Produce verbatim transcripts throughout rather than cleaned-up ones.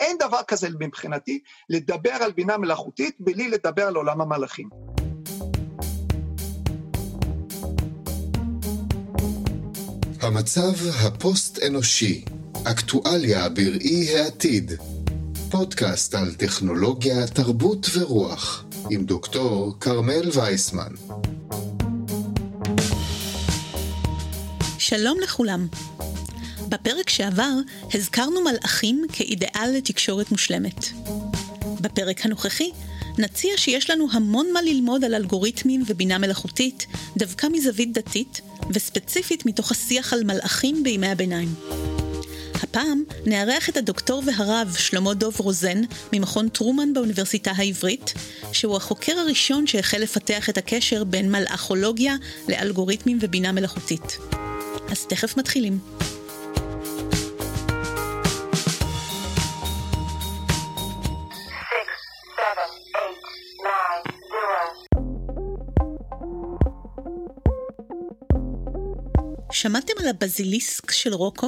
אין דבר כזה מבחינתי לדבר על בינה מלאכותית בלי לדבר על עולם המלאכים. המצב הפוסט-אנושי, אקטואליה בראי העתיד. פודקאסט על טכנולוגיה, תרבות ורוח, עם דוקטור קרמל וייסמן. שלום לכולם. בפרק שעבר הזכרנו מלאכים כאידאל לתקשורת מושלמת. בפרק הנוכחי נציע שיש לנו המון מה ללמוד על אלגוריתמים ובינה מלאכותית, דווקא מזווית דתית, וספציפית מתוך השיח על מלאכים בימי הביניים. הפעם נארח את הדוקטור והרב שלמה דוב רוזן ממכון טרומן באוניברסיטה העברית, שהוא החוקר הראשון שהחל לפתח את הקשר בין מלאכולוגיה לאלגוריתמים ובינה מלאכותית. אז תכף מתחילים. שמעתם על הבזיליסק של רוקו?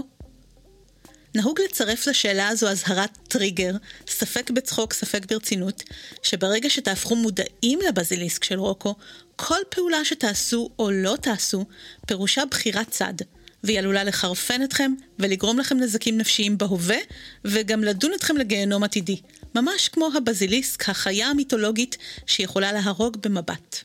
נהוג לצרף לשאלה הזו הזהרת טריגר, ספק בצחוק, ספק ברצינות, שברגע שתהפכו מודעים לבזיליסק של רוקו, כל פעולה שתעשו או לא תעשו, פירושה בחירת צד, והיא עלולה לחרפן אתכם ולגרום לכם נזקים נפשיים בהווה, וגם לדון אתכם לגיהנום עתידי, ממש כמו הבזיליסק, החיה המיתולוגית שיכולה להרוג במבט.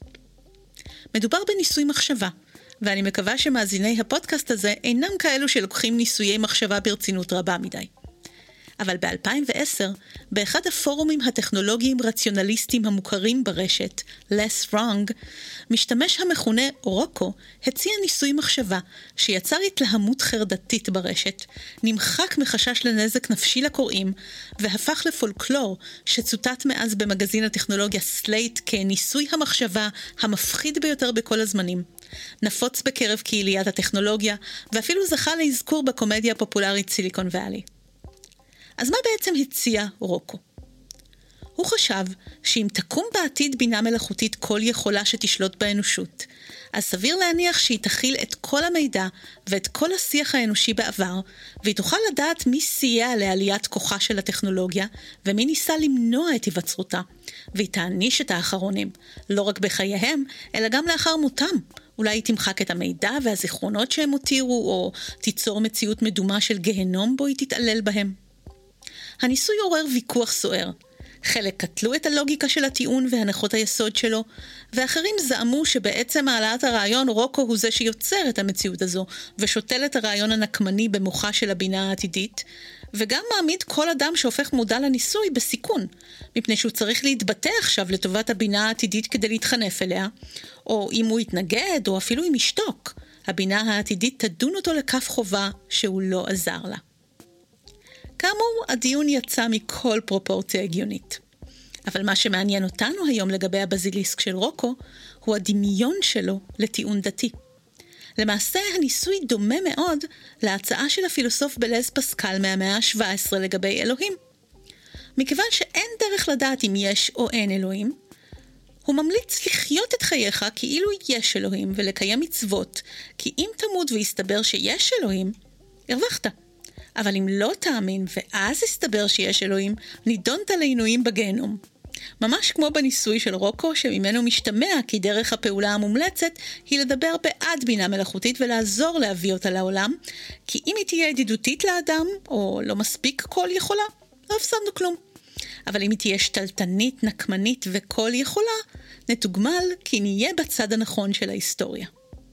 מדובר בניסוי מחשבה, ואני מקווה שמאזיני הפודקאסט הזה אינם כאלו שלוקחים ניסויי מחשבה ברצינות רבה מדי. אבל ב-אלפיים ועשר, באחד הפורומים הטכנולוגיים רציונליסטיים המוכרים ברשת, Less Wrong, משתמש המכונה רוקו הציע ניסוי מחשבה שיצר התלהמות חרדתית ברשת, נמחק מחשש לנזק נפשי לקוראים, והפך לפולקלור שצוטט מאז במגזין הטכנולוגיה סלייט כניסוי המחשבה המפחיד ביותר בכל הזמנים. נפוץ בקרב קהיליית הטכנולוגיה, ואפילו זכה להזכור בקומדיה הפופולרית סיליקון ואלי. אז מה בעצם הציע רוקו? הוא חשב שאם תקום בעתיד בינה מלאכותית כל יכולה שתשלוט באנושות, אז סביר להניח שהיא תכיל את כל המידע ואת כל השיח האנושי בעבר, והיא תוכל לדעת מי סייע לעליית כוחה של הטכנולוגיה, ומי ניסה למנוע את היווצרותה, והיא תעניש את האחרונים, לא רק בחייהם, אלא גם לאחר מותם. אולי היא תמחק את המידע והזיכרונות שהם הותירו, או תיצור מציאות מדומה של גהנום בו היא תתעלל בהם. הניסוי עורר ויכוח סוער. חלק קטלו את הלוגיקה של הטיעון והנחות היסוד שלו, ואחרים זעמו שבעצם העלאת הרעיון רוקו הוא זה שיוצר את המציאות הזו, ושותל את הרעיון הנקמני במוחה של הבינה העתידית, וגם מעמיד כל אדם שהופך מודע לניסוי בסיכון, מפני שהוא צריך להתבטא עכשיו לטובת הבינה העתידית כדי להתחנף אליה, או אם הוא יתנגד, או אפילו אם ישתוק, הבינה העתידית תדון אותו לכף חובה שהוא לא עזר לה. כאמור, הדיון יצא מכל פרופורציה הגיונית. אבל מה שמעניין אותנו היום לגבי הבזיליסק של רוקו, הוא הדמיון שלו לטיעון דתי. למעשה, הניסוי דומה מאוד להצעה של הפילוסוף בלז פסקל מהמאה ה-שבע עשרה לגבי אלוהים. מכיוון שאין דרך לדעת אם יש או אין אלוהים, הוא ממליץ לחיות את חייך כאילו יש אלוהים ולקיים מצוות, כי אם תמות ויסתבר שיש אלוהים, הרווחת. אבל אם לא תאמין ואז יסתבר שיש אלוהים, נידונת לעינויים בגיהנום. ממש כמו בניסוי של רוקו, שממנו משתמע כי דרך הפעולה המומלצת היא לדבר בעד בינה מלאכותית ולעזור להביא אותה לעולם, כי אם היא תהיה ידידותית לאדם, או לא מספיק כל יכולה, לא הפסדנו כלום. אבל אם היא תהיה שתלטנית, נקמנית וכל יכולה, נתוגמל כי נהיה בצד הנכון של ההיסטוריה.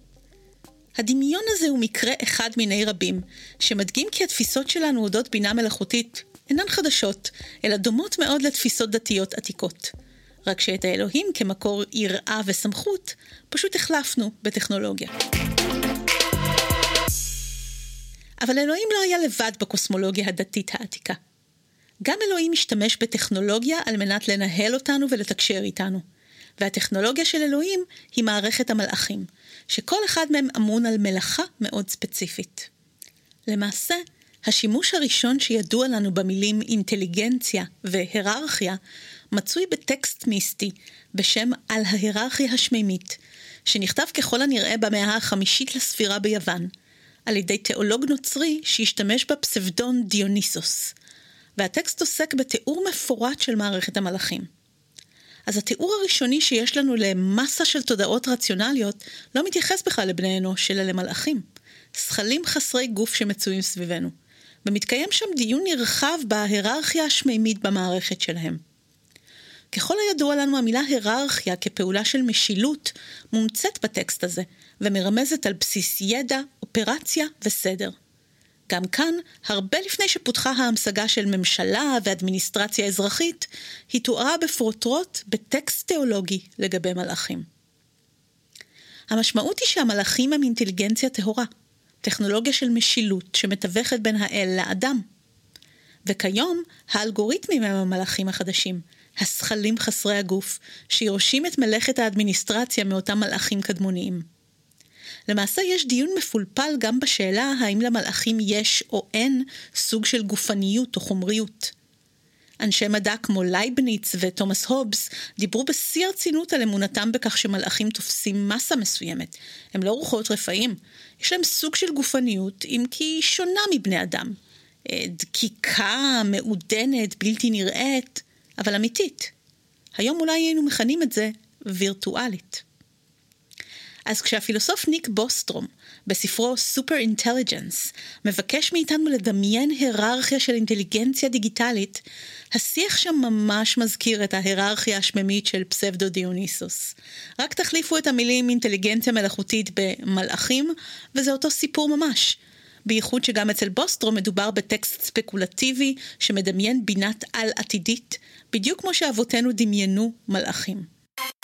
הדמיון הזה הוא מקרה אחד מיני רבים, שמדגים כי התפיסות שלנו אודות בינה מלאכותית אינן חדשות, אלא דומות מאוד לתפיסות דתיות עתיקות. רק שאת האלוהים כמקור יראה וסמכות, פשוט החלפנו בטכנולוגיה. אבל אלוהים לא היה לבד בקוסמולוגיה הדתית העתיקה. גם אלוהים משתמש בטכנולוגיה על מנת לנהל אותנו ולתקשר איתנו. והטכנולוגיה של אלוהים היא מערכת המלאכים, שכל אחד מהם אמון על מלאכה מאוד ספציפית. למעשה, השימוש הראשון שידוע לנו במילים אינטליגנציה והיררכיה, מצוי בטקסט מיסטי בשם על ההיררכיה השמימית, שנכתב ככל הנראה במאה החמישית לספירה ביוון, על ידי תיאולוג נוצרי שהשתמש בפסבדון דיוניסוס. והטקסט עוסק בתיאור מפורט של מערכת המלאכים. אז התיאור הראשוני שיש לנו למסה של תודעות רציונליות לא מתייחס בכלל לבני אנוש, אלא למלאכים, שכלים חסרי גוף שמצויים סביבנו, ומתקיים שם דיון נרחב בהיררכיה השמימית במערכת שלהם. ככל הידוע לנו, המילה היררכיה כפעולה של משילות מומצאת בטקסט הזה, ומרמזת על בסיס ידע, אופרציה וסדר. גם כאן, הרבה לפני שפותחה ההמשגה של ממשלה ואדמיניסטרציה אזרחית, היא תוארה בפרוטרוט בטקסט תיאולוגי לגבי מלאכים. המשמעות היא שהמלאכים הם אינטליגנציה טהורה, טכנולוגיה של משילות שמתווכת בין האל לאדם. וכיום, האלגוריתמים הם המלאכים החדשים, השכלים חסרי הגוף, שיורשים את מלאכת האדמיניסטרציה מאותם מלאכים קדמוניים. למעשה יש דיון מפולפל גם בשאלה האם למלאכים יש או אין סוג של גופניות או חומריות. אנשי מדע כמו לייבניץ ותומאס הובס דיברו בשיא הרצינות על אמונתם בכך שמלאכים תופסים מסה מסוימת. הם לא רוחות רפאים, יש להם סוג של גופניות, אם כי היא שונה מבני אדם. דקיקה, מעודנת, בלתי נראית, אבל אמיתית. היום אולי היינו מכנים את זה וירטואלית. אז כשהפילוסוף ניק בוסטרום, בספרו Super Intelligence, מבקש מאיתנו לדמיין היררכיה של אינטליגנציה דיגיטלית, השיח שם ממש מזכיר את ההיררכיה השממית של פסבדו דיוניסוס. רק תחליפו את המילים אינטליגנציה מלאכותית במלאכים, וזה אותו סיפור ממש. בייחוד שגם אצל בוסטרום מדובר בטקסט ספקולטיבי שמדמיין בינת על עתידית, בדיוק כמו שאבותינו דמיינו מלאכים.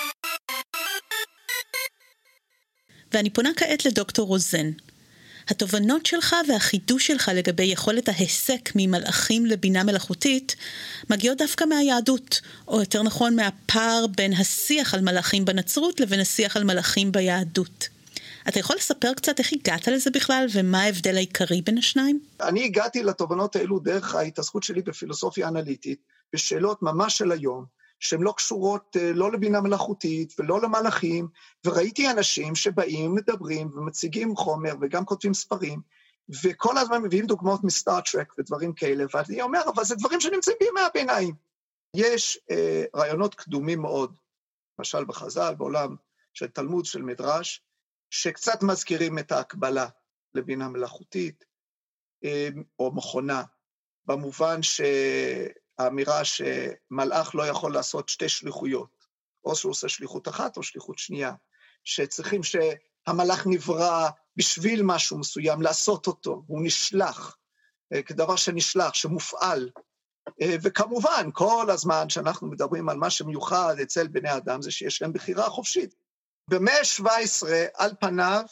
ואני פונה כעת לדוקטור רוזן. התובנות שלך והחידוש שלך לגבי יכולת ההסק ממלאכים לבינה מלאכותית מגיעות דווקא מהיהדות, או יותר נכון מהפער בין השיח על מלאכים בנצרות לבין השיח על מלאכים ביהדות. אתה יכול לספר קצת איך הגעת לזה בכלל, ומה ההבדל העיקרי בין השניים? אני הגעתי לתובנות האלו דרך ההתעסקות שלי בפילוסופיה אנליטית, בשאלות ממש של היום, שהן לא קשורות לא לבינה מלאכותית ולא למלאכים, וראיתי אנשים שבאים, מדברים ומציגים חומר וגם כותבים ספרים, וכל הזמן מביאים דוגמאות מסטאר טרק ודברים כאלה, ואני אומר, אבל זה דברים שנמצאים בימי הביניים. יש אה, רעיונות קדומים מאוד, למשל בחז"ל, בעולם של תלמוד של מדרש, שקצת מזכירים את ההקבלה לבינה מלאכותית, אה, או מכונה, במובן ש... האמירה שמלאך לא יכול לעשות שתי שליחויות, או שהוא עושה שליחות אחת או שליחות שנייה, שצריכים שהמלאך נברא בשביל משהו מסוים, לעשות אותו, הוא נשלח, כדבר שנשלח, שמופעל, וכמובן כל הזמן שאנחנו מדברים על מה שמיוחד אצל בני אדם, זה שיש להם בחירה חופשית. במאה ה-שבע עשרה על פניו,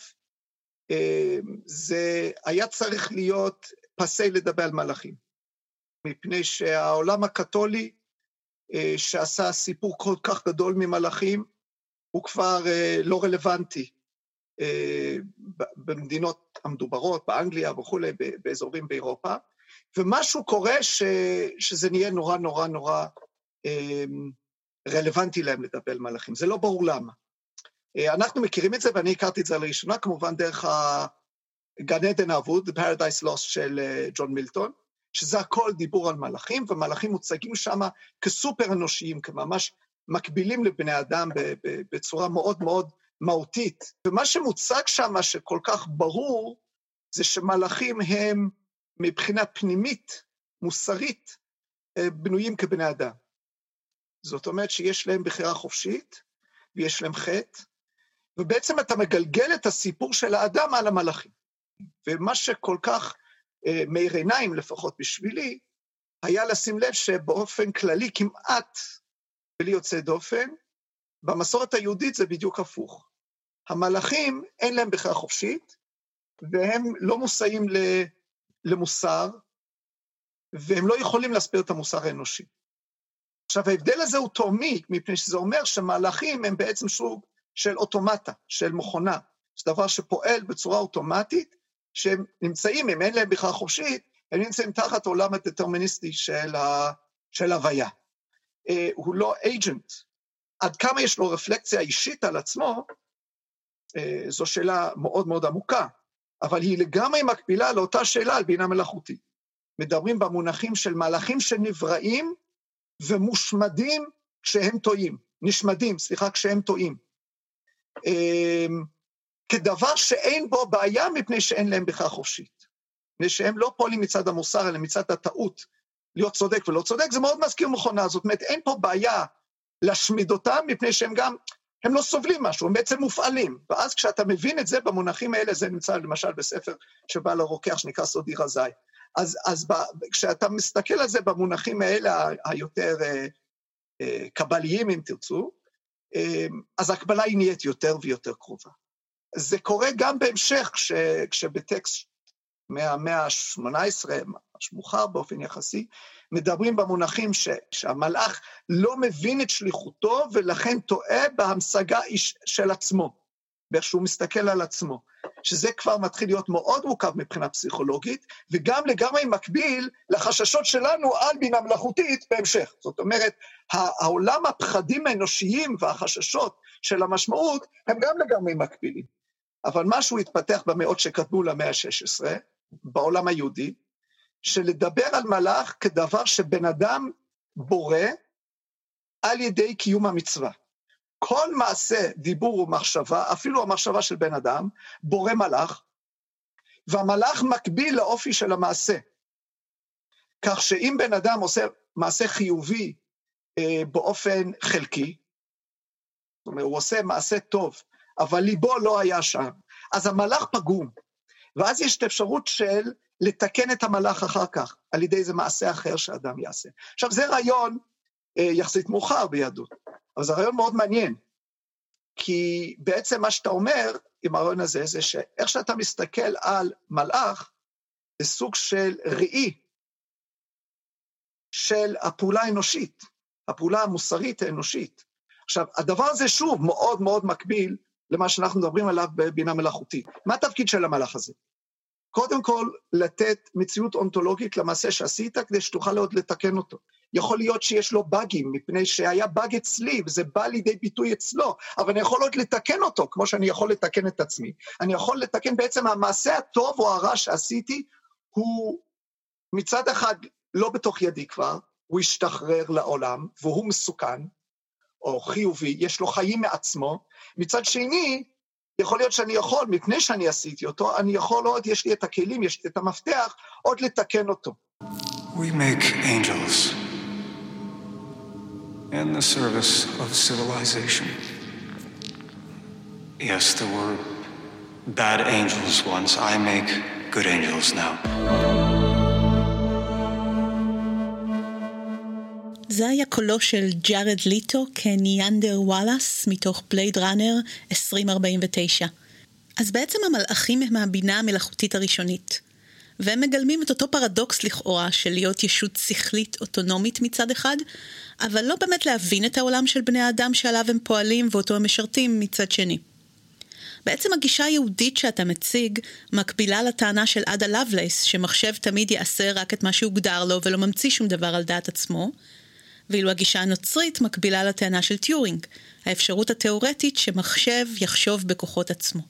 זה היה צריך להיות פסי לדבר על מלאכים. מפני שהעולם הקתולי, שעשה סיפור כל כך גדול ממלאכים, הוא כבר לא רלוונטי במדינות המדוברות, באנגליה וכו', באזורים באירופה, ומשהו קורה ש, שזה נהיה נורא נורא נורא רלוונטי להם לדבר על מלאכים. זה לא ברור למה. אנחנו מכירים את זה, ואני הכרתי את זה לראשונה, כמובן דרך הגן עדן האבוד, The Paradise Lost של ג'ון מילטון, שזה הכל דיבור על מלאכים, ומלאכים מוצגים שם כסופר אנושיים, כממש מקבילים לבני אדם בצורה מאוד מאוד מהותית. ומה שמוצג שם שכל כך ברור, זה שמלאכים הם מבחינה פנימית, מוסרית, בנויים כבני אדם. זאת אומרת שיש להם בחירה חופשית, ויש להם חטא, ובעצם אתה מגלגל את הסיפור של האדם על המלאכים. ומה שכל כך מאיר עיניים, לפחות בשבילי, היה לשים לב שבאופן כללי כמעט בלי יוצא דופן, במסורת היהודית זה בדיוק הפוך. המלאכים אין להם בחירה חופשית, והם לא מוסעים למוסר, והם לא יכולים להסביר את המוסר האנושי. עכשיו ההבדל הזה הוא תאומי, מפני שזה אומר שמלאכים הם בעצם סוג של אוטומטה, של מכונה, זה דבר שפועל בצורה אוטומטית, שהם נמצאים, אם אין להם בחירה חופשית, הם נמצאים תחת עולם הדטרמיניסטי של, ה, של הוויה. אה, הוא לא אייג'נט. עד כמה יש לו רפלקציה אישית על עצמו, אה, זו שאלה מאוד מאוד עמוקה, אבל היא לגמרי מקבילה לאותה שאלה על בינה מלאכותית. מדברים במונחים של מלאכים שנבראים ומושמדים כשהם טועים, נשמדים, סליחה, כשהם טועים. כדבר שאין בו בעיה מפני שאין להם בכלל חופשית. מפני שהם לא פועלים מצד המוסר, אלא מצד הטעות, להיות צודק ולא צודק, זה מאוד מזכיר מכונה, זאת אומרת, אין פה בעיה להשמיד אותם, מפני שהם גם, הם לא סובלים משהו, הם בעצם מופעלים, ואז כשאתה מבין את זה במונחים האלה, זה נמצא למשל בספר שבא לרוקח, שנקרא סודי רזאי, אז, אז ב, כשאתה מסתכל על זה במונחים האלה, היותר אה, אה, קבליים, אם תרצו, אה, אז הקבלה היא נהיית יותר ויותר קרובה. זה קורה גם בהמשך, כש, כשבטקסט מהמאה ה-שמונה עשרה, ממש מאוחר באופן יחסי, מדברים במונחים ש, שהמלאך לא מבין את שליחותו, ולכן טועה בהמשגה של עצמו, באיך שהוא מסתכל על עצמו, שזה כבר מתחיל להיות מאוד מורכב מבחינה פסיכולוגית, וגם לגמרי מקביל לחששות שלנו על בינה מלאכותית בהמשך. זאת אומרת, העולם הפחדים האנושיים והחששות של המשמעות, הם גם לגמרי מקבילים. אבל משהו התפתח במאות שקדמו למאה ה-שש עשרה, בעולם היהודי, שלדבר על מלאך כדבר שבן אדם בורא על ידי קיום המצווה. כל מעשה, דיבור ומחשבה, אפילו המחשבה של בן אדם, בורא מלאך, והמלאך מקביל לאופי של המעשה. כך שאם בן אדם עושה מעשה חיובי אה, באופן חלקי, זאת אומרת, הוא עושה מעשה טוב, אבל ליבו לא היה שם, אז המלאך פגום, ואז יש את האפשרות של לתקן את המלאך אחר כך, על ידי איזה מעשה אחר שאדם יעשה. עכשיו, זה רעיון אה, יחסית מאוחר ביהדות, אבל זה רעיון מאוד מעניין, כי בעצם מה שאתה אומר עם הרעיון הזה, זה שאיך שאתה מסתכל על מלאך, זה סוג של ראי, של הפעולה האנושית, הפעולה המוסרית האנושית. עכשיו, הדבר הזה שוב מאוד מאוד מקביל, למה שאנחנו מדברים עליו בבינה מלאכותית. מה התפקיד של המלאך הזה? קודם כל, לתת מציאות אונתולוגית למעשה שעשית, כדי שתוכל עוד לתקן אותו. יכול להיות שיש לו בגים, מפני שהיה בג אצלי, וזה בא לידי ביטוי אצלו, אבל אני יכול עוד לתקן אותו, כמו שאני יכול לתקן את עצמי. אני יכול לתקן בעצם המעשה הטוב או הרע שעשיתי, הוא מצד אחד לא בתוך ידי כבר, הוא השתחרר לעולם, והוא מסוכן, או חיובי, יש לו חיים מעצמו. מצד שני, יכול להיות שאני יכול, מפני שאני עשיתי אותו, אני יכול עוד, יש לי את הכלים, יש לי את המפתח, עוד לתקן אותו. We make angels in the service of civilization. Yes, there were bad angels once. I make good angels now. זה היה קולו של ג'ארד ליטו כניאנדר וואלאס מתוך בלייד ראנר עשרים ארבעים ותשע. אז בעצם המלאכים הם הבינה המלאכותית הראשונית, והם מגלמים את אותו פרדוקס לכאורה של להיות ישות שכלית אוטונומית מצד אחד, אבל לא באמת להבין את העולם של בני האדם שעליו הם פועלים ואותו הם משרתים מצד שני. בעצם הגישה היהודית שאתה מציג מקבילה לטענה של עדה לבלייס, שמחשב תמיד יעשה רק את מה שהוגדר לו ולא ממציא שום דבר על דעת עצמו, ואילו הגישה הנוצרית מקבילה לטענה של טיורינג, האפשרות התיאורטית שמחשב יחשוב בכוחות עצמו.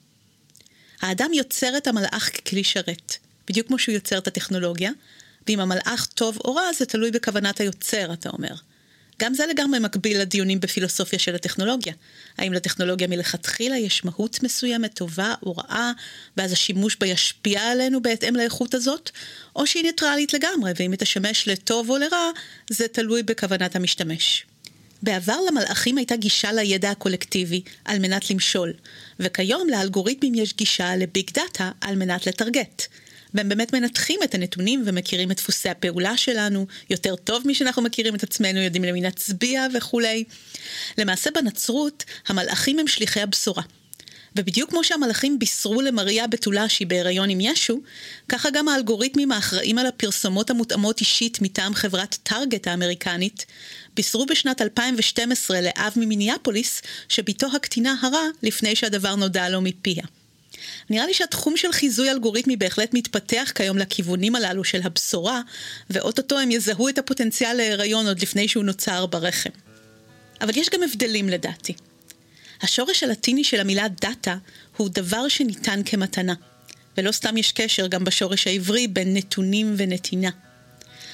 האדם יוצר את המלאך ככלי שרת, בדיוק כמו שהוא יוצר את הטכנולוגיה, ואם המלאך טוב או רע זה תלוי בכוונת היוצר, אתה אומר. גם זה לגמרי מקביל לדיונים בפילוסופיה של הטכנולוגיה. האם לטכנולוגיה מלכתחילה יש מהות מסוימת, טובה או רעה, ואז השימוש בה ישפיע עלינו בהתאם לאיכות הזאת, או שהיא ניטרלית לגמרי, ואם היא תשמש לטוב או לרע, זה תלוי בכוונת המשתמש. בעבר למלאכים הייתה גישה לידע הקולקטיבי על מנת למשול, וכיום לאלגוריתמים יש גישה לביג דאטה על מנת לטרגט. והם באמת מנתחים את הנתונים ומכירים את דפוסי הפעולה שלנו, יותר טוב משאנחנו מכירים את עצמנו, יודעים למי נצביע וכו'. למעשה בנצרות, המלאכים הם שליחי הבשורה. ובדיוק כמו שהמלאכים בישרו למריה בתולה שהיא בהיריון עם ישו, ככה גם האלגוריתמים האחראים על הפרסומות המותאמות אישית מטעם חברת טארגט האמריקנית, בישרו בשנת אלפיים ושתים עשרה לאב ממיניאפוליס, שביתו הקטינה הרה לפני שהדבר נודע לו מפיה. נראה לי שהתחום של חיזוי אלגוריתמי בהחלט מתפתח כיום לכיוונים הללו של הבשורה, ואוטוטו הם יזהו את הפוטנציאל להיריון עוד לפני שהוא נוצר ברחם. אבל יש גם הבדלים לדעתי. השורש הלטיני של המילה דאטה הוא דבר שניתן כמתנה, ולא סתם יש קשר גם בשורש העברי בין נתונים ונתינה.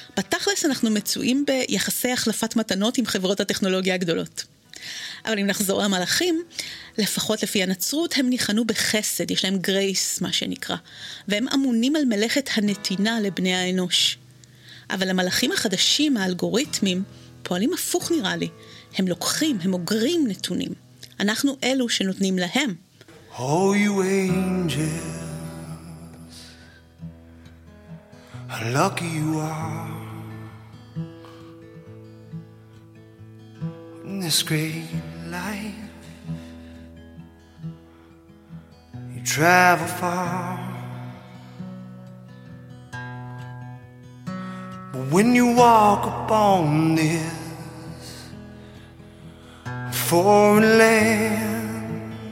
בתכלס אנחנו מצויים ביחסי החלפת מתנות עם חברות הטכנולוגיה הגדולות. אבל אם נחזור למלאכים, לפחות לפי הנצרות, הם ניחנו בחסד, יש להם גרייס, מה שנקרא, והם אמונים על מלאכת הנתינה לבני האנוש. אבל המלאכים החדשים, האלגוריתמים, פועלים הפוך נראה לי. הם לוקחים, הם אוגרים נתונים. אנחנו אלו שנותנים להם. Oh, you angels, how lucky you are in this great life. You travel far, but when you walk upon this foreign land,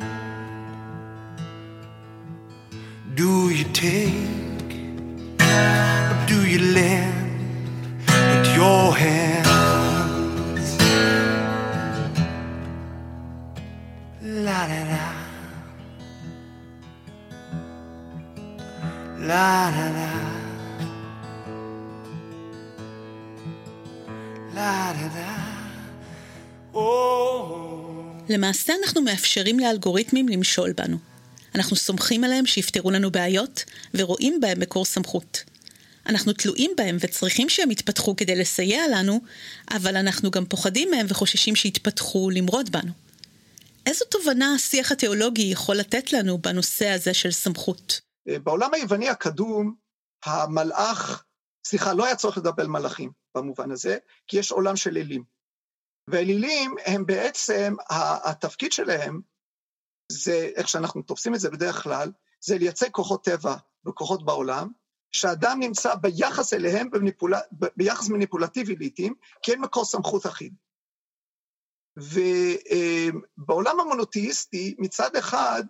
do you take or do you lend with your hands? La la la, la la la, la la la. למעשה אנחנו מאפשרים לאלגוריתמים למשול בנו. אנחנו סומכים עליהם שיפתרו לנו בעיות ורואים בהם מקור סמכות. אנחנו תלויים בהם וצריכים שהם יתפתחו כדי לסייע לנו, אבל אנחנו גם פוחדים מהם וחוששים שיתפתחו למרוד בנו. איזו תובנה השיח התיאולוגי יכול לתת לנו בנושא הזה של סמכות? בעולם היווני הקדום, המלאך, סליחה, לא היה צריך לדבר על מלאכים במובן הזה, כי יש עולם של אלים. ואלילים הם בעצם, התפקיד שלהם, זה, איך שאנחנו תופסים את זה בדרך כלל, זה לייצג כוחות טבע וכוחות בעולם, שאדם נמצא ביחס אליהם, במניפול... ביחס מניפולטיבי לעתים, כי אין מקור סמכות אחיד. ובעולם המונותאיסטי, מצד אחד,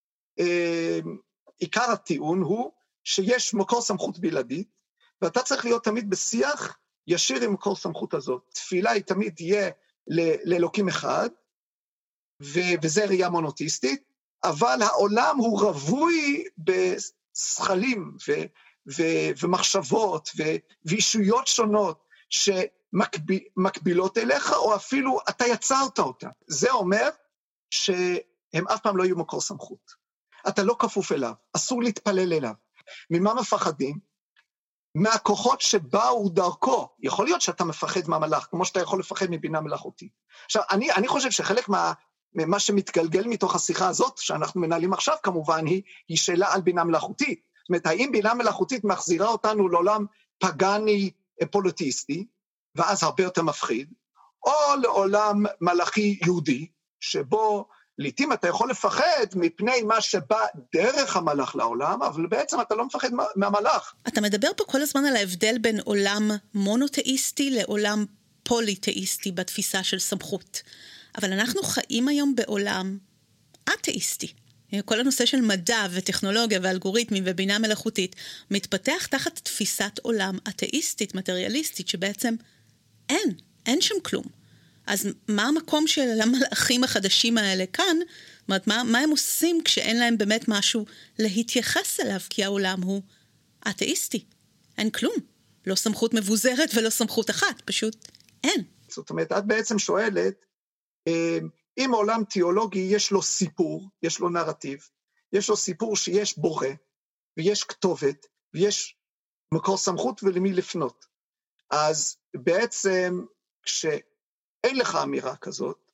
עיקר הטיעון הוא שיש מקור סמכות בלעדית, ואתה צריך להיות תמיד בשיח ישיר עם מקור סמכות הזאת. תפילה היא תמיד תהיה לאלוקים אחד, וזה ראייה מונותאיסטית, אבל העולם הוא רווי בשכלים ומחשבות וישויות שונות שמקבילות אליך, או אפילו אתה יצרת אותה. זה אומר שהם אף פעם לא יהיו מקור סמכות. אתה לא כפוף אליו, אסור להתפלל אליו. ממה מפחדים? מהכוחות שבאו דרכו. יכול להיות שאתה מפחד מהמלאך, כמו שאתה יכול לפחד מבינה מלאכותית. עכשיו, אני, אני חושב שחלק מה, מה שמתגלגל מתוך השיחה הזאת, שאנחנו מנהלים עכשיו כמובן, היא, היא שאלה על בינה מלאכותית. זאת אומרת, האם בינה מלאכותית מחזירה אותנו לעולם פגני פוליטיסטי, ואז הרבה יותר מפחיד, או לעולם מלאכי יהודי, שבו לעתים אתה יכול לפחד מפני מה שבא דרך המלאך לעולם, אבל בעצם אתה לא מפחד מהמלאך. אתה מדבר פה כל הזמן על ההבדל בין עולם מונותאיסטי לעולם פוליתאיסטי בתפיסה של סמכות. אבל אנחנו חיים היום בעולם אתאיסטי. כל הנושא של מדע וטכנולוגיה ואלגוריתמים ובינה מלאכותית מתפתח תחת תפיסת עולם אתאיסטית, מטריאליסטית, שבעצם אין, אין שם כלום. אז מה המקום של המלאכים החדשים האלה כאן? זאת אומרת, מה, מה הם עושים כשאין להם באמת משהו להתייחס אליו, כי העולם הוא אתאיסטי. אין כלום. לא סמכות מבוזרת ולא סמכות אחת, פשוט אין. זאת אומרת, את בעצם שואלת, אם עולם תיאולוגי יש לו סיפור, יש לו נרטיב, יש לו סיפור שיש בורא, ויש כתובת, ויש מקור סמכות ולמי לפנות. אז בעצם, כשאין לך אמירה כזאת,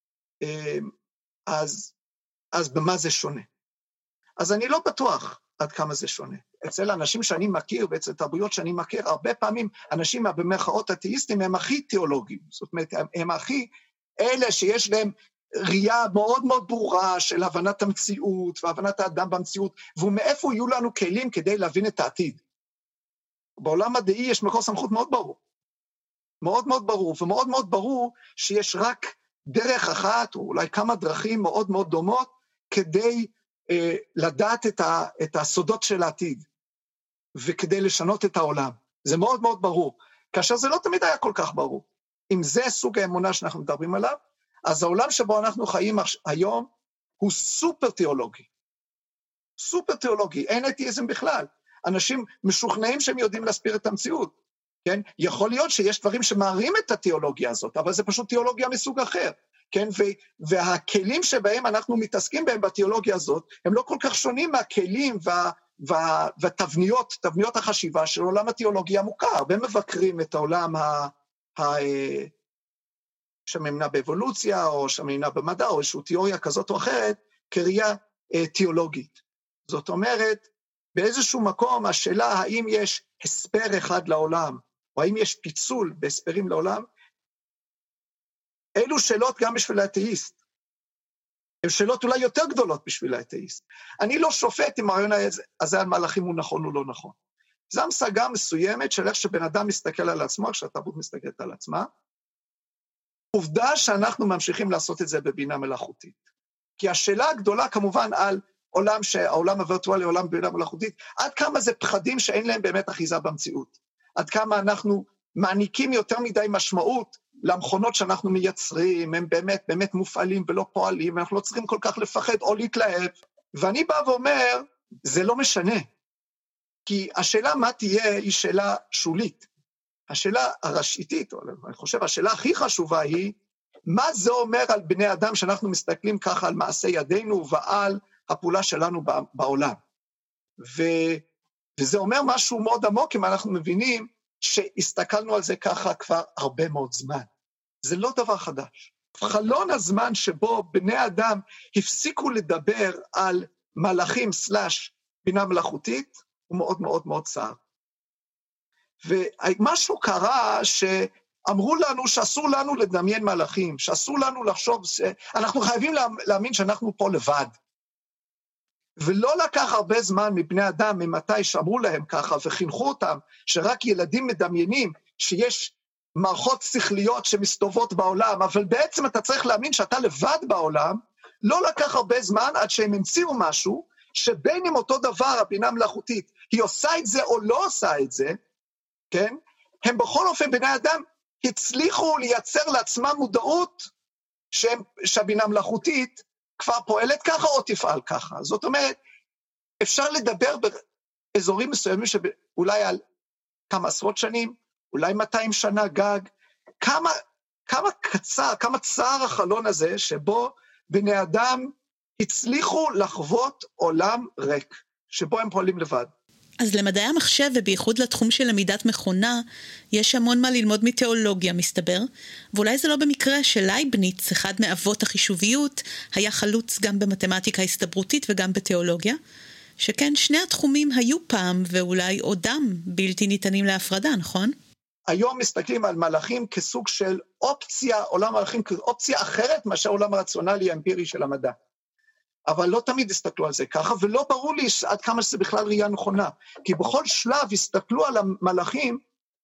אז, אז במה זה שונה? אז אני לא בטוח עד כמה זה שונה. אצל אנשים שאני מכיר, ואצל תרבויות שאני מכיר, הרבה פעמים אנשים במחאות אתאיסטים הם הכי תיאולוגיים. זאת אומרת, הם, הם הכי אלה שיש להם ראייה מאוד מאוד ברורה של הבנת המציאות, והבנת האדם במציאות, ומאיפה יהיו לנו כלים כדי להבין את העתיד. בעולם מדעי יש מקור סמכות מאוד ברור. מאוד מאוד ברור, ומאוד מאוד ברור שיש רק דרך אחת, או אולי כמה דרכים מאוד מאוד דומות, כדי אה, לדעת את, ה, את הסודות של העתיד, וכדי לשנות את העולם. זה מאוד מאוד ברור. כאשר זה לא תמיד היה כל כך ברור. אם זה סוג האמונה שאנחנו מדברים עליו, אז העולם שבו אנחנו חיים היום, הוא סופר תיאולוגי. סופר תיאולוגי, אין אתאיזם בכלל. אנשים משוכנעים שהם יודעים להסביר את המציאות. כן? יכול להיות שיש דברים שמערים את התיאולוגיה הזאת, אבל זה פשוט תיאולוגיה מסוג אחר, כן? והכלים שבהם אנחנו מתעסקים בהם בתיאולוגיה הזאת, הם לא כל כך שונים מהכלים וה, וה, והתבניות, תבניות החשיבה של עולם התיאולוגיה המוכר, והם מבקרים את העולם ה... ה שמאמינה באבולוציה, או שמאמינה במדע, או איזושהי תיאוריה כזאת או אחרת, כראייה אה, תיאולוגית. זאת אומרת, באיזשהו מקום השאלה האם יש הסבר אחד לעולם, או האם יש פיצול בהסברים לעולם, אלו שאלות גם בשביל האתאיסט. הן שאלות אולי יותר גדולות בשביל האתאיסט. אני לא שופט אם הרעיון הזה על מלאכים הוא נכון או לא נכון. זו המשגה מסוימת של איך שבן אדם מסתכל על עצמו, איך שהתרבות מסתכלת על עצמה, עובדה שאנחנו ממשיכים לעשות את זה בבינה מלאכותית. כי השאלה הגדולה כמובן על עולם שהעולם הווירטואלי, עולם בבינה מלאכותית, עד כמה זה פחדים שאין להם באמת אחיזה במציאות. עד כמה אנחנו מעניקים יותר מדי משמעות למכונות שאנחנו מייצרים, הם באמת באמת מופעלים ולא פועלים, ואנחנו לא צריכים כל כך לפחד או להתלהב. ואני בא ואומר, זה לא משנה. כי השאלה מה תהיה היא שאלה שולית. השאלה הראשיתית, אני חושב, השאלה הכי חשובה היא, מה זה אומר על בני אדם שאנחנו מסתכלים ככה על מעשה ידינו ועל הפעולה שלנו בעולם. ו, וזה אומר משהו מאוד עמוק, אם אנחנו מבינים שהסתכלנו על זה ככה כבר הרבה מאוד זמן. זה לא דבר חדש. חלון הזמן שבו בני אדם הפסיקו לדבר על מלאכים סלש בינה מלאכותית, הוא מאוד מאוד מאוד צער. ומשהו קרה שאמרו לנו שאסור לנו לדמיין מלאכים, שאסור לנו לחשוב, אנחנו חייבים להאמין שאנחנו פה לבד. ולא לקח הרבה זמן מבני אדם, ממתי שאמרו להם ככה, וחינכו אותם, שרק ילדים מדמיינים שיש מערכות שכליות שמסתובבות בעולם, אבל בעצם אתה צריך להאמין שאתה לבד בעולם, לא לקח הרבה זמן עד שהם המציאו משהו, שבין אם אותו דבר, הבינה מלאכותית, היא עושה את זה או לא עושה את זה, כן? הם בכל אופן בני אדם הצליחו לייצר לעצמם מודעות שהם, שהבינה מלאכותית כבר פועלת ככה או תפעל ככה. זאת אומרת, אפשר לדבר באזורים מסוימים שאולי על כמה עשרות שנים, אולי מאתיים שנה גג, כמה, כמה קצר, כמה צער החלון הזה שבו בני אדם הצליחו לחוות עולם ריק, שבו הם פועלים לבד. אז למדעי המחשב, ובייחוד לתחום של למידת מכונה, יש המון מה ללמוד מתיאולוגיה, מסתבר, ואולי זה לא במקרה שלייבניץ, אחד מאבות החישוביות, היה חלוץ גם במתמטיקה הסתברותית וגם בתיאולוגיה, שכן שני התחומים היו פעם, ואולי עודם בלתי ניתנים להפרדה, נכון? היום מסתכלים על מלאכים כסוג של אופציה, עולם מלאכים כאופציה אחרת מאשר העולם הרציונלי האמפירי של המדע. אבל לא תמיד הסתכלו על זה ככה, ולא ברור לי עד כמה שזה בכלל ראייה נכונה, כי בכל שלב הסתכלו על המלאכים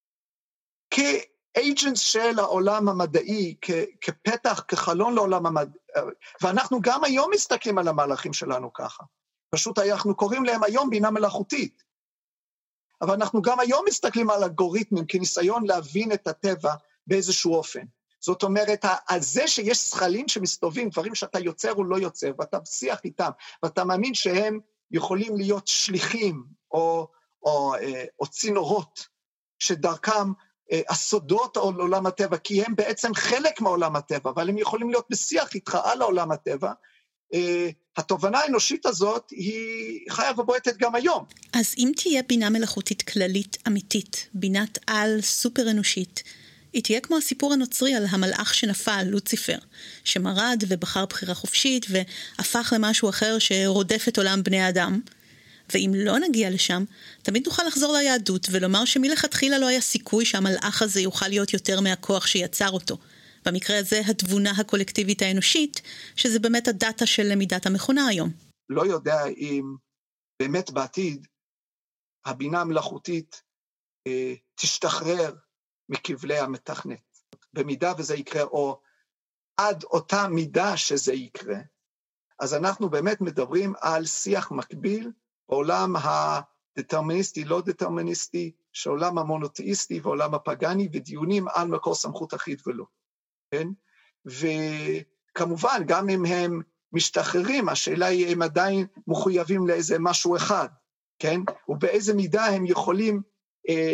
כאג'נס של העולם המדעי, כ- כפתח, כחלון לעולם המדעי, ואנחנו גם היום מסתכלים על המלאכים שלנו ככה, פשוט אנחנו קוראים להם היום בינה מלאכותית, אבל אנחנו גם היום מסתכלים על אלגוריתמים כניסיון להבין את הטבע באיזשהו אופן. זאת אומרת, על זה שיש שכלים שמסתובבים, דברים שאתה יוצר או לא יוצר, ואתה בשיח איתם, ואתה מאמין שהם יכולים להיות שליחים או, או, או צינורות, שדרכם הסודות על עולם הטבע, כי הם בעצם חלק מעולם הטבע, אבל הם יכולים להיות בשיח איתך על העולם הטבע. התובנה האנושית הזאת היא חיה ובועטת גם היום. אז אם תהיה בינה מלאכותית כללית אמיתית, בינת על סופר אנושית, היא תהיה כמו הסיפור הנוצרי על המלאך שנפל, לוציפר, שמרד ובחר בחירה חופשית והפך למשהו אחר שרודף את עולם בני האדם. ואם לא נגיע לשם, תמיד נוכל לחזור ליהדות ולומר שמלכתחילה לא היה סיכוי שהמלאך הזה יוכל להיות יותר מהכוח שיצר אותו. במקרה הזה התבונה הקולקטיבית האנושית, שזה באמת הדאטה של למידת המכונה היום. לא יודע אם באמת בעתיד הבינה המלאכותית אה, תשתחרר מכבלי המתכנת. במידה וזה יקרה, או עד אותה מידה שזה יקרה, אז אנחנו באמת מדברים על שיח מקביל, בעולם הדטרמיניסטי, לא דטרמיניסטי, שעולם המונותאיסטי ועולם הפגני, ודיונים על מקור סמכות אחיד ולא. כן? וכמובן, גם אם הם משתחררים, השאלה היא הם עדיין מחויבים לאיזה משהו אחד, כן? ובאיזה מידה הם יכולים אה,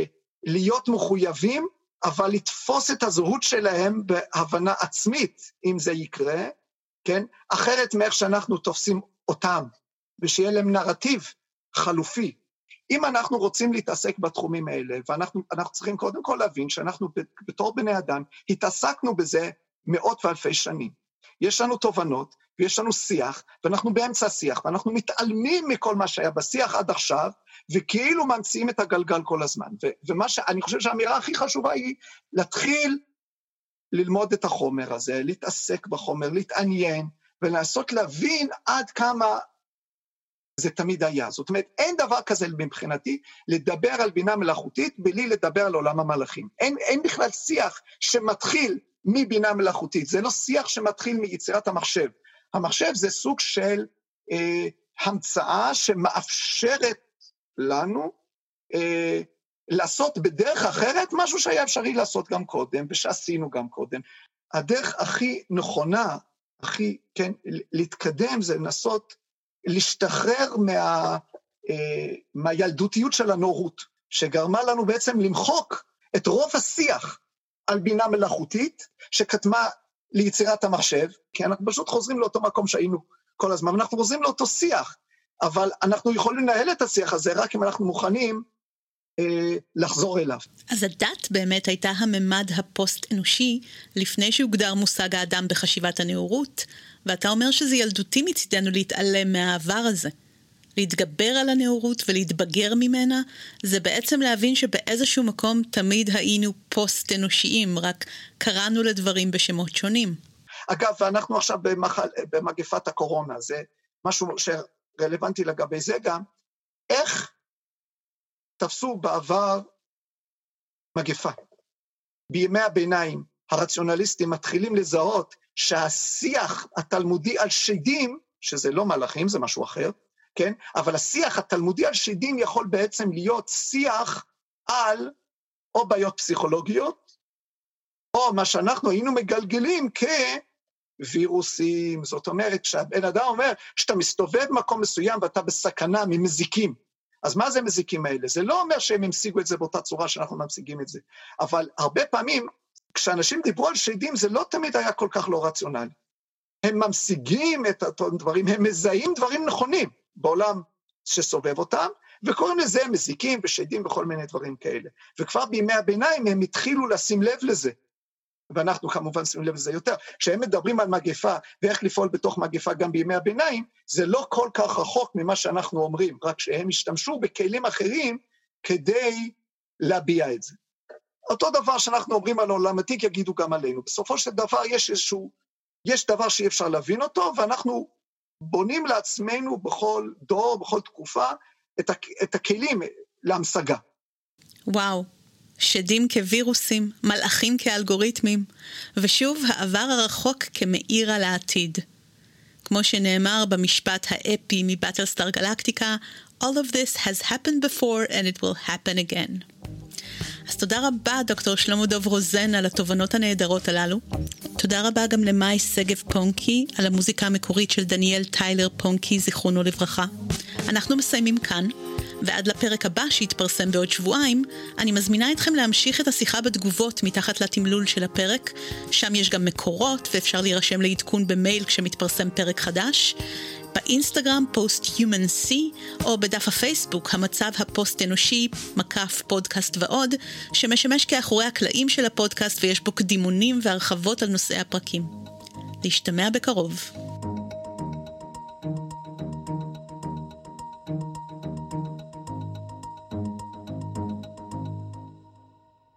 להיות מחויבים, אבל לתפוס את הזהות שלהם בהבנה עצמית, אם זה יקרה, כן? אחרת מאיך שאנחנו תופסים אותם, ושיהיה להם נרטיב חלופי. אם אנחנו רוצים להתעסק בתחומים האלה, ואנחנו אנחנו צריכים קודם כל להבין שאנחנו בתור בני אדם, התעסקנו בזה מאות ואלפי שנים. יש לנו תובנות, ויש לנו שיח, ואנחנו באמצע השיח, ואנחנו מתעלמים מכל מה שהיה בשיח עד עכשיו, וכאילו ממציאים את הגלגל כל הזמן. ו- ומה שאני חושב שהאמירה הכי חשובה היא, להתחיל ללמוד את החומר הזה, להתעסק בחומר, להתעניין, ולנסות להבין עד כמה זה תמיד היה. זאת אומרת, אין דבר כזה מבחינתי, לדבר על בינה מלאכותית, בלי לדבר על עולם המלאכים. אין, אין בכלל שיח שמתחיל מבינה מלאכותית, זה לא שיח שמתחיל מיצירת המחשב. המחשב זה סוג של אה, המצאה שמאפשרת לנו אה, לעשות בדרך אחרת, משהו שהיה אפשרי לעשות גם קודם, ושעשינו גם קודם. הדרך הכי נכונה, הכי, כן, להתקדם זה לנסות להשתחרר מה, אה, מהילדותיות של הנורות, שגרמה לנו בעצם למחוק את רוב השיח על בינה מלאכותית, שקדמה ליצירת המחשב, כי אנחנו פשוט חוזרים לאותו מקום שהיינו כל הזמן, אנחנו חוזרים לאותו שיח, אבל אנחנו יכולים לנהל את השיח הזה רק אם אנחנו מוכנים אה, לחזור אליו. אז הדת באמת הייתה הממד הפוסט-אנושי, לפני שהוגדר מושג האדם בחשיבת הנאורות, ואתה אומר שזה ילדותי מצידנו להתעלם מהעבר הזה. להתגבר על הנאורות ולהתבגר ממנה, זה בעצם להבין שבאיזשהו מקום תמיד היינו פוסט-אנושיים, רק קראנו לדברים בשמות שונים. אגב, ואנחנו עכשיו במחל, במגפת הקורונה, זה משהו שרלוונטי לגבי זה גם, איך תפסו בעבר מגפה. בימי הביניים, הרציונליסטים מתחילים לזהות שהשיח התלמודי על שדים, שזה לא מלאכים, זה משהו אחר, כן? אבל השיח התלמודי על שדים יכול בעצם להיות שיח על או בעיות פסיכולוגיות, או מה שאנחנו היינו מגלגלים כווירוסים. זאת אומרת, שהבן אדם אומר, שאתה מסתובב במקום מסוים ואתה בסכנה ממזיקים. אז מה זה מזיקים האלה? זה לא אומר שהם המשיגו את זה באותה צורה שאנחנו ממשיגים את זה. אבל הרבה פעמים, כשאנשים דיברו על שדים, זה לא תמיד היה כל כך לא רציונלי. הם ממשיגים את הדברים, הם מזהים דברים נכונים בעולם שסובב אותם, וקוראים לזה מזיקים ושדים וכל מיני דברים כאלה. וכבר בימי הביניים הם התחילו לשים לב לזה, ואנחנו כמובן שמים לב לזה יותר. כשהם מדברים על מגפה ואיך לפעול בתוך מגפה גם בימי הביניים, זה לא כל כך רחוק ממה שאנחנו אומרים, רק שהם השתמשו בכלים אחרים כדי להביע את זה. אותו דבר שאנחנו אומרים על עולם עתיק יגידו גם עלינו. בסופו של דבר יש איזשהו, יש דבר שאי אפשר להבין אותו, ואנחנו בונים לעצמנו בכל דור, בכל תקופה, את, את הכלים להמשגה. וואו, שדים כווירוסים, מלאכים כאלגוריתמים, ושוב העבר הרחוק כמאיר על העתיד. כמו שנאמר במשפט האפי מבטלסטאר גלקטיקה, All of this has happened before and it will happen again. אז תודה רבה דוקטור שלמה דוב רוזן על התובנות הנהדרות הללו. תודה רבה גם למאי סגב פונקי על המוזיקה המקורית של דניאל טיילר פונקי, זיכרונו לברכה. אנחנו מסיימים כאן, ועד לפרק הבא שהתפרסם בעוד שבועיים, אני מזמינה אתכם להמשיך את השיחה בתגובות מתחת לתמלול של הפרק, שם יש גם מקורות ואפשר להירשם לעדכון במייל כשמתפרסם פרק חדש, באינסטגרם פוסט Human C, או בדף הפייסבוק המצב הפוסט אנושי, מקף פודקאסט ועוד, שמשמש כאחורי הקלעים של הפודקאסט ויש בו קדימונים והרחבות על נושאי הפרקים. להשתמע בקרוב.